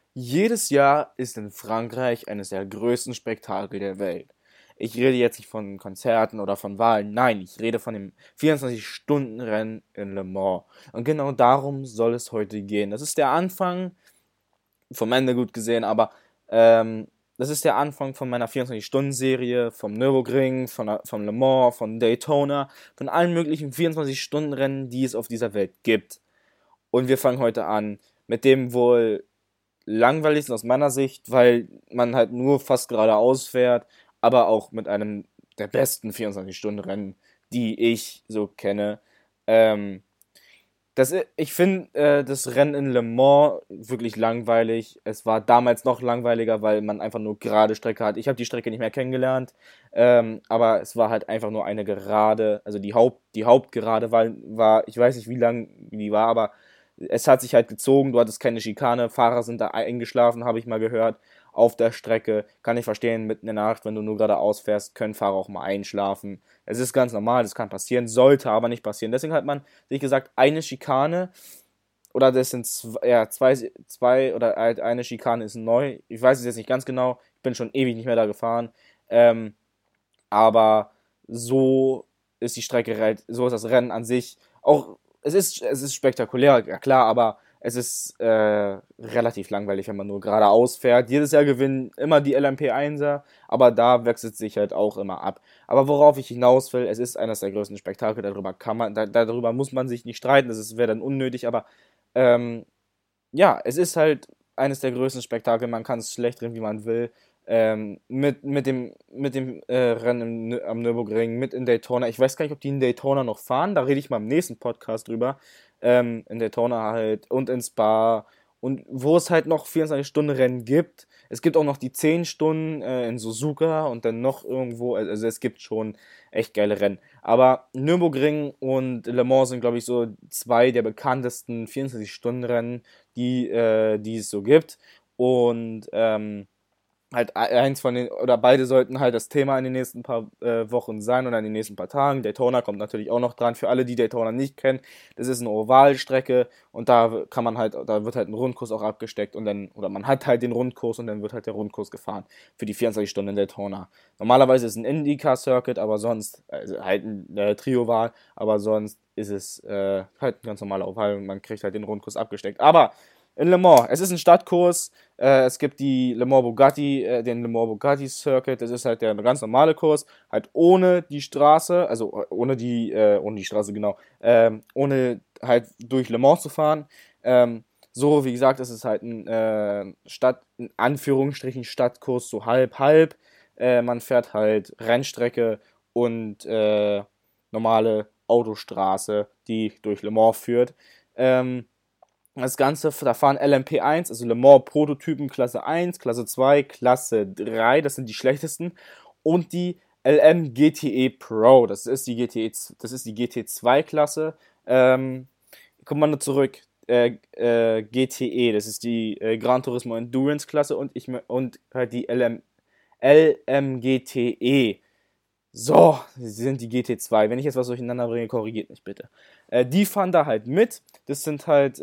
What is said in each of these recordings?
Jedes Jahr ist in Frankreich eines der größten Spektakel der Welt. Ich rede jetzt nicht von Konzerten oder von Wahlen, nein, ich rede von dem 24-Stunden-Rennen in Le Mans. Und genau darum soll es heute gehen. Das ist der Anfang, vom Ende gut gesehen, aber ähm, das ist der Anfang von meiner 24-Stunden-Serie, vom Nürburgring, von Le Mans, von Daytona, von allen möglichen 24-Stunden-Rennen, die es auf dieser Welt gibt. Und wir fangen heute an mit dem wohl langweiligsten aus meiner Sicht, weil man halt nur fast geradeaus fährt, aber auch mit einem der besten 24-Stunden-Rennen, die ich so kenne. Ähm, ich finde das Rennen in Le Mans wirklich langweilig. Es war damals noch langweiliger, weil man einfach nur gerade Strecke hat. Ich habe die Strecke nicht mehr kennengelernt, aber es war halt einfach nur eine Gerade. Also die Hauptgerade war, ich weiß nicht, wie lang die war, aber es hat sich halt gezogen. Du hattest keine Schikane, Fahrer sind da eingeschlafen, habe ich mal gehört. Auf der Strecke kann ich verstehen, mitten in der Nacht, wenn du nur geradeaus fährst, können Fahrer auch mal einschlafen. Es ist ganz normal, das kann passieren, sollte aber nicht passieren. Deswegen hat man sich gesagt, eine Schikane oder das sind zwei oder halt eine Schikane ist neu. Ich weiß es jetzt nicht ganz genau. Ich bin schon ewig nicht mehr da gefahren. Ähm, aber so ist die Strecke, so ist das Rennen an sich. Auch, es ist spektakulär, ja klar, aber es ist relativ langweilig, wenn man nur geradeaus fährt. Jedes Jahr gewinnen immer die LMP1er, aber da wechselt sich halt auch immer ab. Aber worauf ich hinaus will, es ist eines der größten Spektakel, darüber muss man sich nicht streiten, wäre dann unnötig, aber ähm, ja, es ist halt eines der größten Spektakel, man kann es schlecht reden, wie man will. Mit dem Rennen am Nürburgring, mit in Daytona. Ich weiß gar nicht, ob die in Daytona noch fahren, da rede ich mal im nächsten Podcast drüber. In Daytona halt und in Spa und wo es halt noch 24-Stunden-Rennen gibt. Es gibt auch noch die 10 Stunden in Suzuka und dann noch irgendwo. Also es gibt schon echt geile Rennen. Aber Nürburgring und Le Mans sind, glaube ich, so zwei der bekanntesten 24-Stunden-Rennen, die es so gibt. Und halt eins von den, oder beide sollten halt das Thema in den nächsten paar Wochen sein oder in den nächsten paar Tagen. Daytona kommt natürlich auch noch dran. Für alle, die Daytona nicht kennen, das ist eine Ovalstrecke und da wird halt ein Rundkurs auch abgesteckt und dann, oder man hat halt den Rundkurs und dann wird halt der Rundkurs gefahren für die 24 Stunden in Daytona. Normalerweise ist es ein IndyCar-Circuit, aber sonst, also halt ein Tri-Oval, aber sonst ist es halt ein ganz normaler Oval und man kriegt halt den Rundkurs abgesteckt. Aber in Le Mans. Es ist ein Stadtkurs. Es gibt den Le Mans Bugatti Circuit. Das ist halt der ganz normale Kurs, halt ohne die Straße, also ohne die Straße genau, ohne halt durch Le Mans zu fahren. So wie gesagt, es ist halt ein in Anführungsstrichen Stadtkurs, so halb halb. Man fährt halt Rennstrecke und normale Autostraße, die durch Le Mans führt. Ähm, Das Ganze, da fahren LMP1, also Le Mans Prototypen Klasse 1, Klasse 2, Klasse 3, das sind die schlechtesten. Und die LM GTE Pro, das ist die GT2-Klasse. Kommt man nur zurück. GTE, das ist die Gran Turismo Endurance Klasse und halt die LMGTE. So, sie sind die GT2. Wenn ich jetzt was durcheinander bringe, korrigiert mich bitte. Die fahren da halt mit. Das sind halt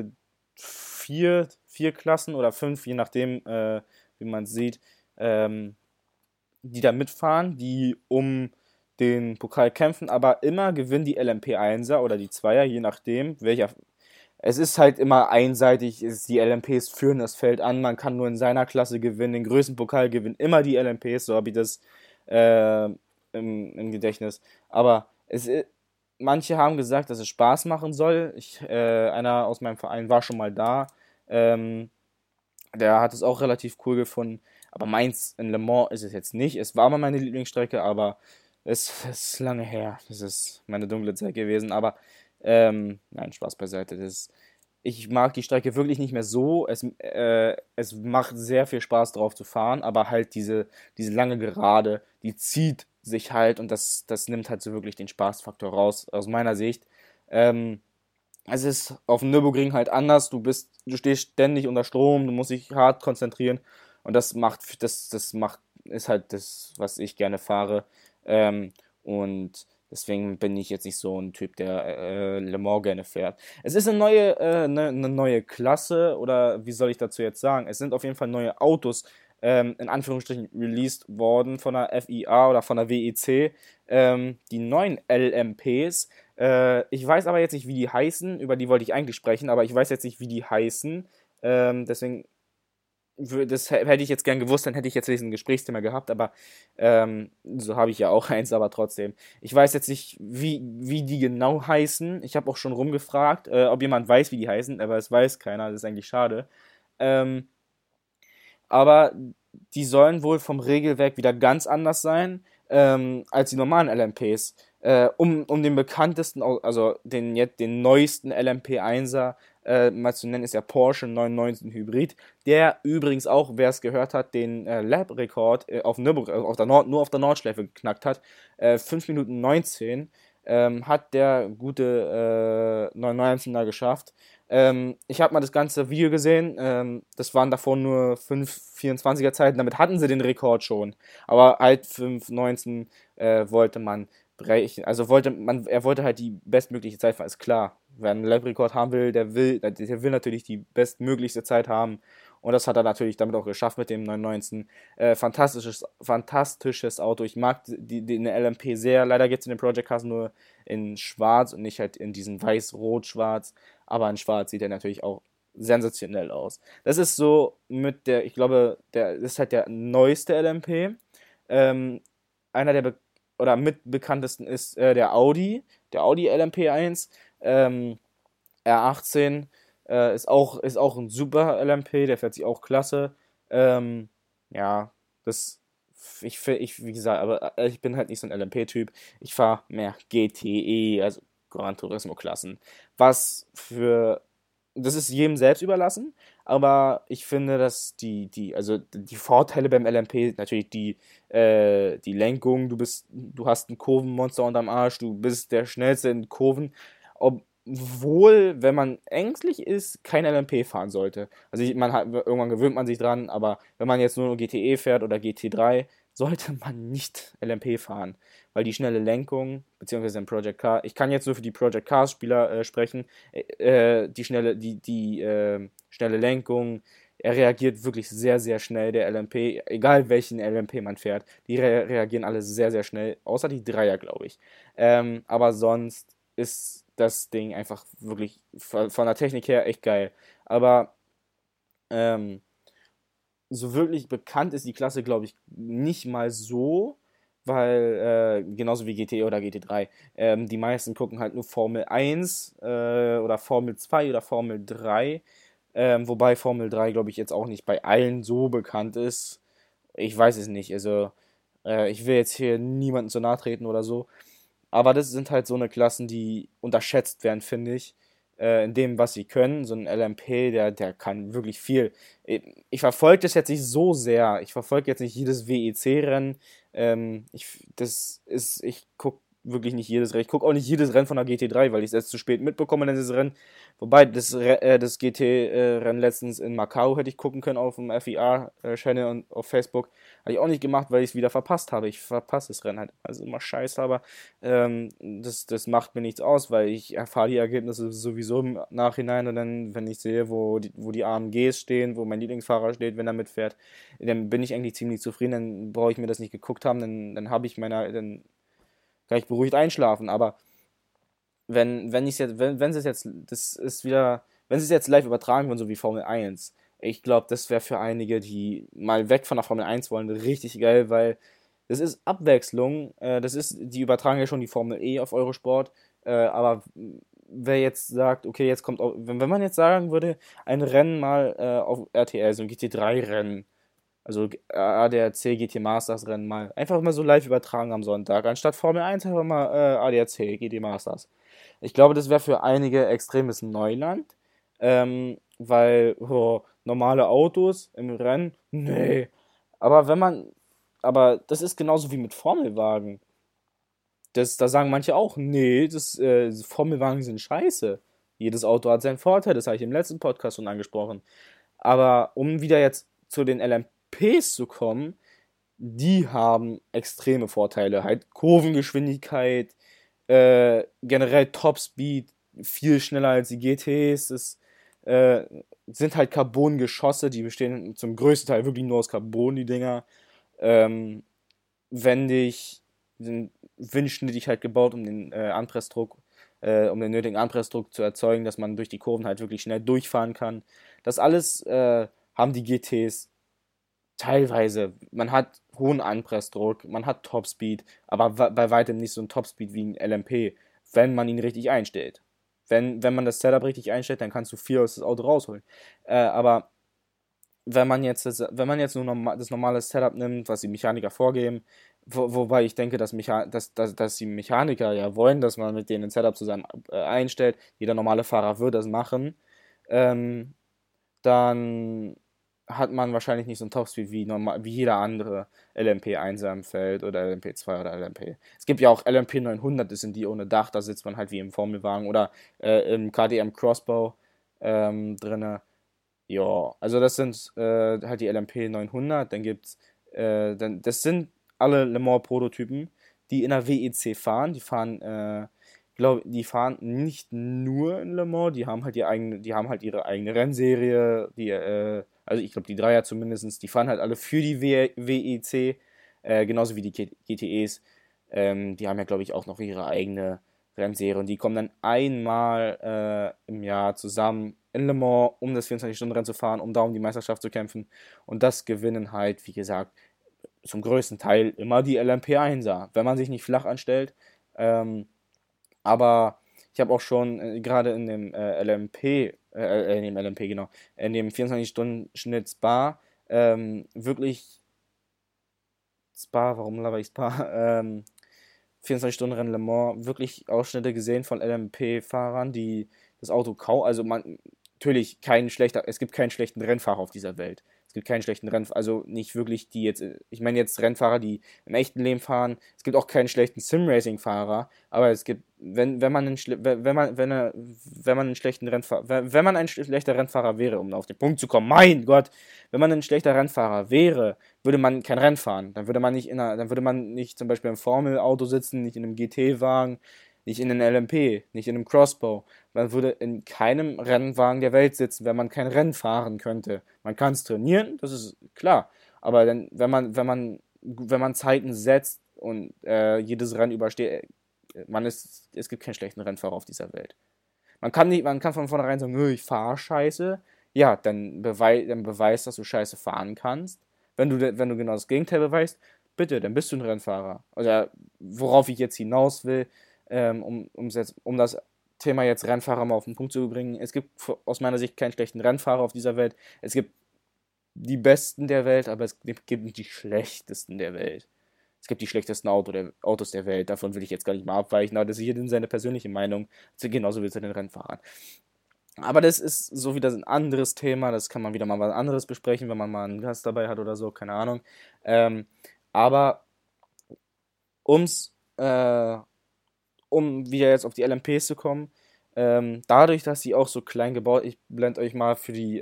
vier Klassen oder fünf, je nachdem, wie man es sieht, ähm, die da mitfahren, die um den Pokal kämpfen, aber immer gewinnen die LMP1er oder die Zweier, je nachdem, welcher. Es ist halt immer einseitig, die LMPs führen das Feld an, man kann nur in seiner Klasse gewinnen, den größten Pokal gewinnen immer die LMPs, so habe ich das äh, im Gedächtnis. Aber manche haben gesagt, dass es Spaß machen soll. Einer aus meinem Verein war schon mal da. Ähm, Der hat es auch relativ cool gefunden. Aber meins in Le Mans ist es jetzt nicht. Es war mal meine Lieblingsstrecke, aber es ist lange her. Das ist meine dunkle Zeit gewesen. Aber nein, Spaß beiseite. Ich mag die Strecke wirklich nicht mehr so. Es macht sehr viel Spaß drauf zu fahren, aber halt diese lange Gerade, die zieht sich halt und das nimmt halt so wirklich den Spaßfaktor raus, aus meiner Sicht. Ähm, Es ist auf dem Nürburgring halt anders. Du stehst ständig unter Strom, du musst dich hart konzentrieren und ist halt das, was ich gerne fahre. Und Deswegen bin ich jetzt nicht so ein Typ, der Le Mans gerne fährt. Es ist eine neue Klasse, oder wie soll ich dazu jetzt sagen? Es sind auf jeden Fall neue Autos in Anführungsstrichen released worden von der FIA oder von der WEC. Die neuen LMPs. Ich weiß aber jetzt nicht, wie die heißen. Über die wollte ich eigentlich sprechen, aber ich weiß jetzt nicht, wie die heißen. Deswegen das hätte ich jetzt gern gewusst, dann hätte ich jetzt ein Gesprächsthema gehabt, aber so habe ich ja auch eins, aber trotzdem. Ich weiß jetzt nicht, wie die genau heißen. Ich habe auch schon rumgefragt, ob jemand weiß, wie die heißen, aber es weiß keiner, das ist eigentlich schade. Ähm, aber die sollen wohl vom Regelwerk wieder ganz anders sein als die normalen LMPs. Um den bekanntesten, also den neuesten LMP1er mal zu nennen, ist der Porsche 919 Hybrid, der übrigens auch, wer es gehört hat, den Lab-Rekord auf Nürburgring, nur auf der Nordschleife geknackt hat. 5 Minuten 19 hat der gute 919er geschafft. Ich habe mal das ganze Video gesehen. Das waren davor nur 5,24er Zeiten. Damit hatten sie den Rekord schon. Aber halt 5,19 wollte man brechen. Also er wollte halt die bestmögliche Zeit fahren. Ist klar. Wer einen Lab-Rekord haben will, der will natürlich die bestmöglichste Zeit haben. Und das hat er natürlich damit auch geschafft mit dem 919. Fantastisches Auto. Ich mag den LMP sehr. Leider gibt es in den Project Cars nur in schwarz und nicht halt in diesem weiß-rot-schwarz. Aber in schwarz sieht er natürlich auch sensationell aus. Das ist so ich glaube, das ist halt der neueste LMP. Ähm, einer der oder mit bekanntesten ist der Audi LMP1. R18 ist auch ein super LMP, der fährt sich auch klasse. Ähm, ja, das, wie gesagt, aber ich bin halt nicht so ein LMP-Typ. Ich fahre mehr GTE, also Gran Turismo-Klassen. Was für, das ist jedem selbst überlassen, aber ich finde, dass also die Vorteile beim LMP, natürlich die Lenkung, du hast ein Kurvenmonster unterm Arsch, du bist der Schnellste in Kurven, obwohl, wenn man ängstlich ist, kein LMP fahren sollte. Also irgendwann gewöhnt man sich dran, aber wenn man jetzt nur GTE fährt oder GT3, sollte man nicht LMP fahren, weil die schnelle Lenkung, beziehungsweise im Project Car, ich kann jetzt nur für die Project Cars Spieler sprechen, schnelle Lenkung, er reagiert wirklich sehr, sehr schnell, der LMP, egal welchen LMP man fährt, die reagieren alle sehr, sehr schnell, außer die Dreier, glaube ich. Aber sonst ist das Ding einfach wirklich von der Technik her echt geil. Aber ähm, so wirklich bekannt ist die Klasse, glaube ich, nicht mal so, weil genauso wie GT oder GT3, die meisten gucken halt nur Formel 1 oder Formel 2 oder Formel 3, wobei Formel 3, glaube ich, jetzt auch nicht bei allen so bekannt ist. Ich weiß es nicht, also ich will jetzt hier niemanden zu nahe treten oder so, aber das sind halt so eine Klassen, die unterschätzt werden, finde ich, in dem, was sie können. So ein LMP, der kann wirklich viel. Ich verfolge das jetzt nicht so sehr. Ich verfolge jetzt nicht jedes WEC-Rennen. Ich gucke wirklich nicht jedes Rennen. Ich gucke auch nicht jedes Rennen von der GT3, weil ich es erst zu spät mitbekomme, dann dieses Rennen. Wobei, das GT-Rennen letztens in Macau hätte ich gucken können auf dem FIA-Channel und auf Facebook. Habe ich auch nicht gemacht, weil ich es wieder verpasst habe. Ich verpasse das Rennen halt. Also immer scheiße, aber das macht mir nichts aus, weil ich erfahre die Ergebnisse sowieso im Nachhinein und dann, wenn ich sehe, wo die AMGs stehen, wo mein Lieblingsfahrer steht, wenn er mitfährt, dann bin ich eigentlich ziemlich zufrieden, dann brauche ich mir das nicht geguckt haben, dann dann kann ich beruhigt einschlafen, aber wenn sie es jetzt, das ist wieder, wenn sie es jetzt live übertragen würden, so wie Formel 1, ich glaube, das wäre für einige, die mal weg von der Formel 1 wollen, richtig geil, weil das ist Abwechslung. Die übertragen ja schon die Formel E auf Eurosport. Aber wer jetzt sagt, okay, jetzt kommt, wenn man jetzt sagen würde, ein Rennen mal auf RTL, so ein GT3-Rennen, also ADAC GT Masters Rennen mal, einfach mal so live übertragen am Sonntag, anstatt Formel 1 einfach mal ADAC GT Masters. Ich glaube, das wäre für einige extremes Neuland, weil normale Autos im Rennen, nee. Aber aber das ist genauso wie mit Formelwagen. Da sagen manche auch, nee, Formelwagen sind scheiße. Jedes Auto hat seinen Vorteil, das habe ich im letzten Podcast schon angesprochen. Aber um wieder jetzt zu den LMPs zu kommen, die haben extreme Vorteile. Halt Kurvengeschwindigkeit, Generell Topspeed, viel schneller als die GTs. Äh, sind halt Carbon-Geschosse, die bestehen zum größten Teil wirklich nur aus Carbon, die Dinger. Ähm, wendig, sind windschnittig halt gebaut, um den Anpressdruck, um den nötigen Anpressdruck zu erzeugen, dass man durch die Kurven halt wirklich schnell durchfahren kann. Das alles haben die GTs teilweise. Man hat hohen Anpressdruck, man hat Topspeed, aber bei weitem nicht so ein Topspeed wie ein LMP, wenn man ihn richtig einstellt. Wenn man das Setup richtig einstellt, dann kannst du viel aus das Auto rausholen. Aber wenn man jetzt nur das normale Setup nimmt, was die Mechaniker vorgeben, wobei ich denke, dass die Mechaniker ja wollen, dass man mit denen ein Setup zusammen einstellt, jeder normale Fahrer wird das machen, ähm, dann hat man wahrscheinlich nicht so ein Topspeed wie jeder andere LMP1 im Feld oder LMP2 oder LMP. Es gibt ja auch LMP 900, das sind die ohne Dach, da sitzt man halt wie im Formelwagen oder im KTM Crossbow drinne. Ja, also das sind halt die LMP 900, dann gibt's, das sind alle Le Mans Prototypen, die in der WEC fahren. Die fahren nicht nur in Le Mans, die haben halt ihre eigene Rennserie, also ich glaube die Dreier zumindest, die fahren halt alle für die WEC, genauso wie die GTEs. Die haben ja glaube ich auch noch ihre eigene Rennserie und die kommen dann einmal im Jahr zusammen in Le Mans, um das 24-Stunden-Rennen zu fahren, um da um die Meisterschaft zu kämpfen. Und das gewinnen halt, wie gesagt, zum größten Teil immer die LMP1er, wenn man sich nicht flach anstellt. Ähm, aber ich habe auch schon gerade in dem LMP, genau, in dem 24-Stunden-Schnitt Spa, wirklich Spa, warum laber ich Spa? 24-Stunden-Rennen Le Mans, wirklich Ausschnitte gesehen von LMP-Fahrern, die das Auto kaum, also man, natürlich es gibt keinen schlechten Rennfahrer auf dieser Welt. Es gibt keinen schlechten Rennfahrer, also nicht wirklich die jetzt, ich meine jetzt Rennfahrer, die im echten Leben fahren. Es gibt auch keinen schlechten Sim-Racing-Fahrer, aber es gibt, wenn man einen, wenn man einen schlechten Rennfahrer, wenn man ein schlechter Rennfahrer wäre, um auf den Punkt zu kommen, mein Gott, wenn man ein schlechter Rennfahrer wäre, würde man kein Rennen fahren. Dann würde man nicht zum Beispiel im Formel-Auto sitzen, nicht in einem GT-Wagen, nicht in einem LMP, nicht in einem Crossbow. Man würde in keinem Rennwagen der Welt sitzen, wenn man kein Rennen fahren könnte. Man kann es trainieren, das ist klar. Aber dann, wenn man Zeiten setzt und jedes Rennen übersteht, es gibt keinen schlechten Rennfahrer auf dieser Welt. Man kann von vornherein sagen, ich fahre scheiße. Ja, dann beweis, dass du scheiße fahren kannst. Wenn du genau das Gegenteil beweist, bitte, dann bist du ein Rennfahrer. Oder worauf ich jetzt hinaus will, um das Thema jetzt Rennfahrer mal auf den Punkt zu bringen. Es gibt aus meiner Sicht keinen schlechten Rennfahrer auf dieser Welt. Es gibt die Besten der Welt, aber es gibt nicht die schlechtesten der Welt. Es gibt die schlechtesten Autos der Welt, davon will ich jetzt gar nicht mal abweichen, aber das ist jedem seine persönliche Meinung, genauso wie zu den Rennfahrern. Aber das ist so wieder ein anderes Thema, das kann man wieder mal was anderes besprechen, wenn man mal einen Gast dabei hat oder so, keine Ahnung. Ähm, aber um's, äh, um wieder jetzt auf die LMPs zu kommen, dadurch, dass sie auch so klein gebaut, ich blende euch mal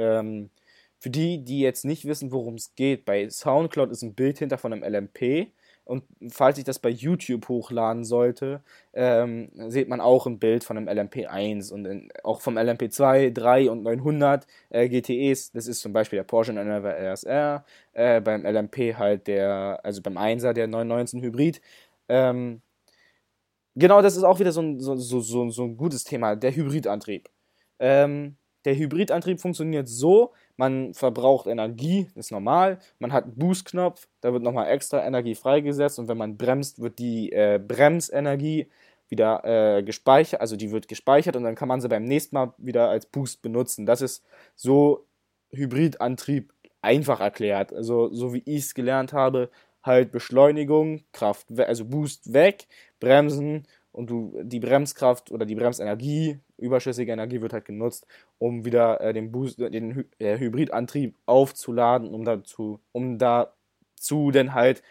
für die jetzt nicht wissen, worum es geht, bei Soundcloud ist ein Bild hinter von einem LMP und falls ich das bei YouTube hochladen sollte, sieht man auch ein Bild von einem LMP1 und auch vom LMP2, 3 und 900 GTEs, das ist zum Beispiel der Porsche 911 RSR, beim LMP halt also beim 1er der 919 Hybrid, ähm, genau, das ist auch wieder so ein gutes Thema, der Hybridantrieb. Der Hybridantrieb funktioniert so, man verbraucht Energie, ist normal, man hat einen Boost-Knopf, da wird nochmal extra Energie freigesetzt und wenn man bremst, wird die Bremsenergie wieder gespeichert, also die wird gespeichert und dann kann man sie beim nächsten Mal wieder als Boost benutzen. Das ist so Hybridantrieb einfach erklärt. Also so wie ich es gelernt habe, halt Beschleunigung, also Boost weg, Bremsen und die Bremskraft oder die Bremsenergie, überschüssige Energie wird halt genutzt, um wieder den Hybridantrieb aufzuladen, um dazu dann halt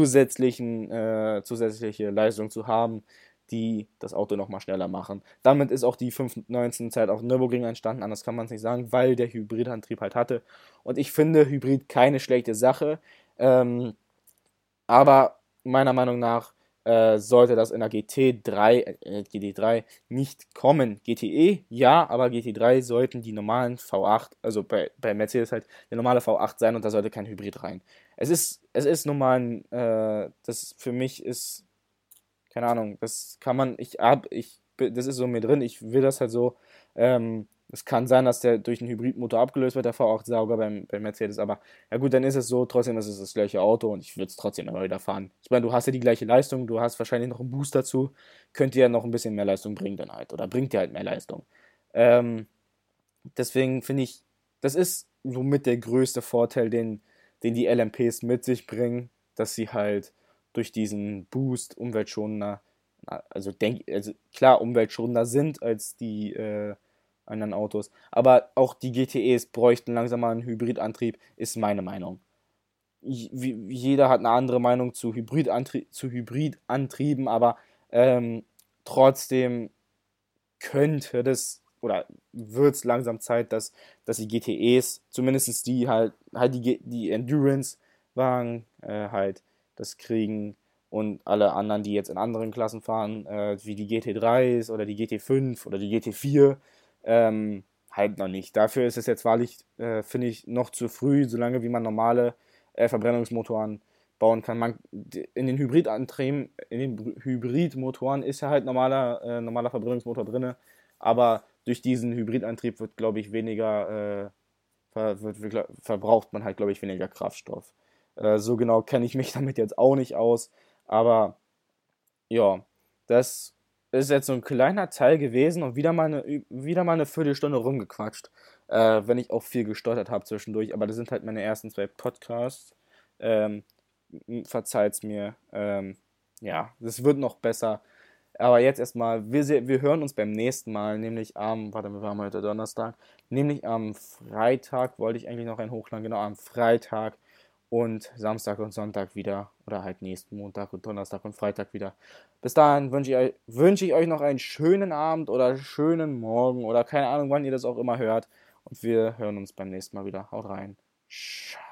zusätzliche Leistung zu haben, die das Auto nochmal schneller machen. Damit ist auch die 519-Zeit auf Nürburgring entstanden, anders kann man es nicht sagen, weil der Hybridantrieb halt hatte. Und ich finde Hybrid keine schlechte Sache, aber meiner Meinung nach sollte das in der GT3 nicht kommen. GTE, ja, aber GT3 sollten die normalen V8, also bei Mercedes halt der normale V8 sein und da sollte kein Hybrid rein. Es ist normal, das für mich ist, keine Ahnung, das kann man, das ist so mir drin, ich will das halt so, es kann sein, dass der durch einen Hybridmotor abgelöst wird, der V8-Sauger beim Mercedes, aber ja gut, dann ist es so, trotzdem ist es das gleiche Auto und ich würde es trotzdem immer wieder fahren. Ich meine, du hast ja die gleiche Leistung, du hast wahrscheinlich noch einen Boost dazu, könnte ja noch ein bisschen mehr Leistung bringen dann halt, oder bringt dir halt mehr Leistung. Ähm, Deswegen finde ich, das ist somit der größte Vorteil, den die LMPs mit sich bringen, dass sie halt durch diesen Boost umweltschonender, also klar umweltschonender sind als die anderen Autos, aber auch die GTEs bräuchten langsam mal einen Hybridantrieb, ist meine Meinung. Jeder hat eine andere Meinung zu Hybridantrieben, aber ähm, trotzdem könnte das oder wird es langsam Zeit, dass die GTEs, zumindest die halt die Endurance-Wagen halt das kriegen und alle anderen, die jetzt in anderen Klassen fahren, wie die GT3s oder die GT5 oder die GT4, halt noch nicht. Dafür ist es jetzt wahrlich, finde ich, noch zu früh, solange wie man normale Verbrennungsmotoren bauen kann. In den Hybridmotoren ist ja halt normaler Verbrennungsmotor drin, aber durch diesen Hybridantrieb wird, glaube ich, verbraucht man halt, glaube ich, weniger Kraftstoff. So genau kenne ich mich damit jetzt auch nicht aus, aber ja, das ist jetzt so ein kleiner Teil gewesen und wieder mal eine Viertelstunde rumgequatscht, wenn ich auch viel gestottert habe zwischendurch, aber das sind halt meine ersten zwei Podcasts. Ähm, Verzeiht's mir. Ja, das wird noch besser. Aber jetzt erstmal, wir hören uns beim nächsten Mal, nämlich warte, wir haben heute Donnerstag, nämlich am Freitag, wollte ich eigentlich noch einen hochladen, genau, am Freitag und Samstag und Sonntag wieder, oder halt nächsten Montag und Donnerstag und Freitag wieder. Bis dahin wünsche ich euch noch einen schönen Abend oder schönen Morgen oder keine Ahnung, wann ihr das auch immer hört. Und wir hören uns beim nächsten Mal wieder. Haut rein. Ciao.